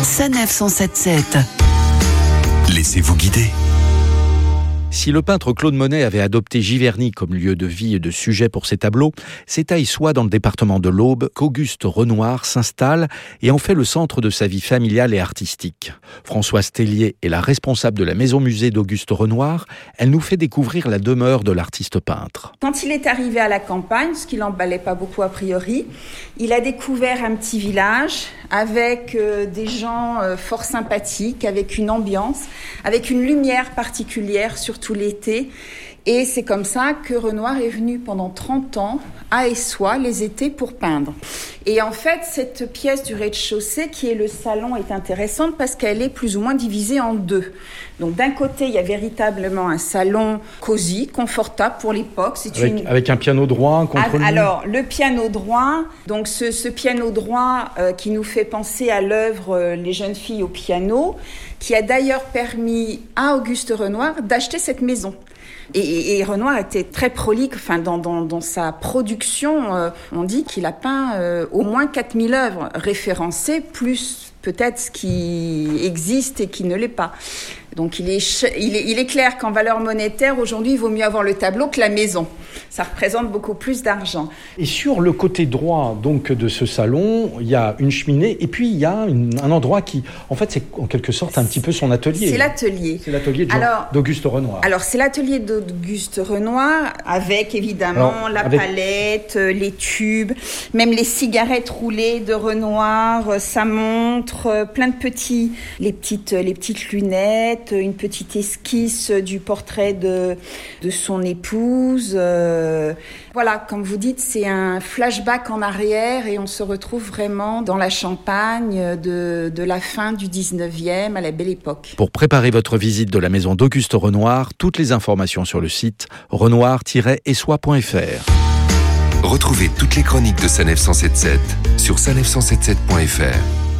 Sanef 177. Laissez-vous guider. Si le peintre Claude Monet avait adopté Giverny comme lieu de vie et de sujet pour ses tableaux, c'est à Issoire, dans le département de l'Aube, qu'Auguste Renoir s'installe et en fait le centre de sa vie familiale et artistique. Françoise Tellier est la responsable de la maison-musée d'Auguste Renoir. Elle nous fait découvrir la demeure de l'artiste peintre. Quand il est arrivé à la campagne, ce qui l'emballait pas beaucoup a priori, il a découvert un petit village avec des gens fort sympathiques, avec une ambiance, avec une lumière particulière, surtout l'été. Et c'est comme ça que Renoir est venu pendant 30 ans à Issoire les étés pour peindre. Et en fait, cette pièce du rez-de-chaussée, qui est le salon, est intéressante parce qu'elle est plus ou moins divisée en deux. Donc d'un côté, il y a véritablement un salon cosy, confortable pour l'époque. Avec un piano droit contre lui. Alors, le piano droit, donc ce piano droit qui nous fait penser à l'œuvre Les jeunes filles au piano, qui a d'ailleurs permis à Auguste Renoir d'acheter cette maison. Et Renoir était très prolique, dans sa production, on dit qu'il a peint au moins 4000 œuvres référencées, plus peut-être ce qui existe et qui ne l'est pas. Donc il est clair qu'en valeur monétaire, aujourd'hui, il vaut mieux avoir le tableau que la maison. Ça représente beaucoup plus d'argent. Et sur le côté droit donc de ce salon, il y a une cheminée et puis il y a un endroit qui, en fait, c'est en quelque sorte un petit peu son atelier. C'est l'atelier. C'est l'atelier d'Auguste Renoir. Alors c'est l'atelier d'Auguste Renoir avec évidemment palette, les tubes, même les cigarettes roulées de Renoir, sa montre, plein de les petites lunettes, une petite esquisse du portrait de son épouse. Voilà, comme vous dites, c'est un flashback en arrière et on se retrouve vraiment dans la Champagne de la fin du 19e à la Belle Époque. Pour préparer votre visite de la maison d'Auguste Renoir, toutes les informations sur le site renoir-essoire.fr. Retrouvez toutes les chroniques de Sanef 177 sur sanef177.fr.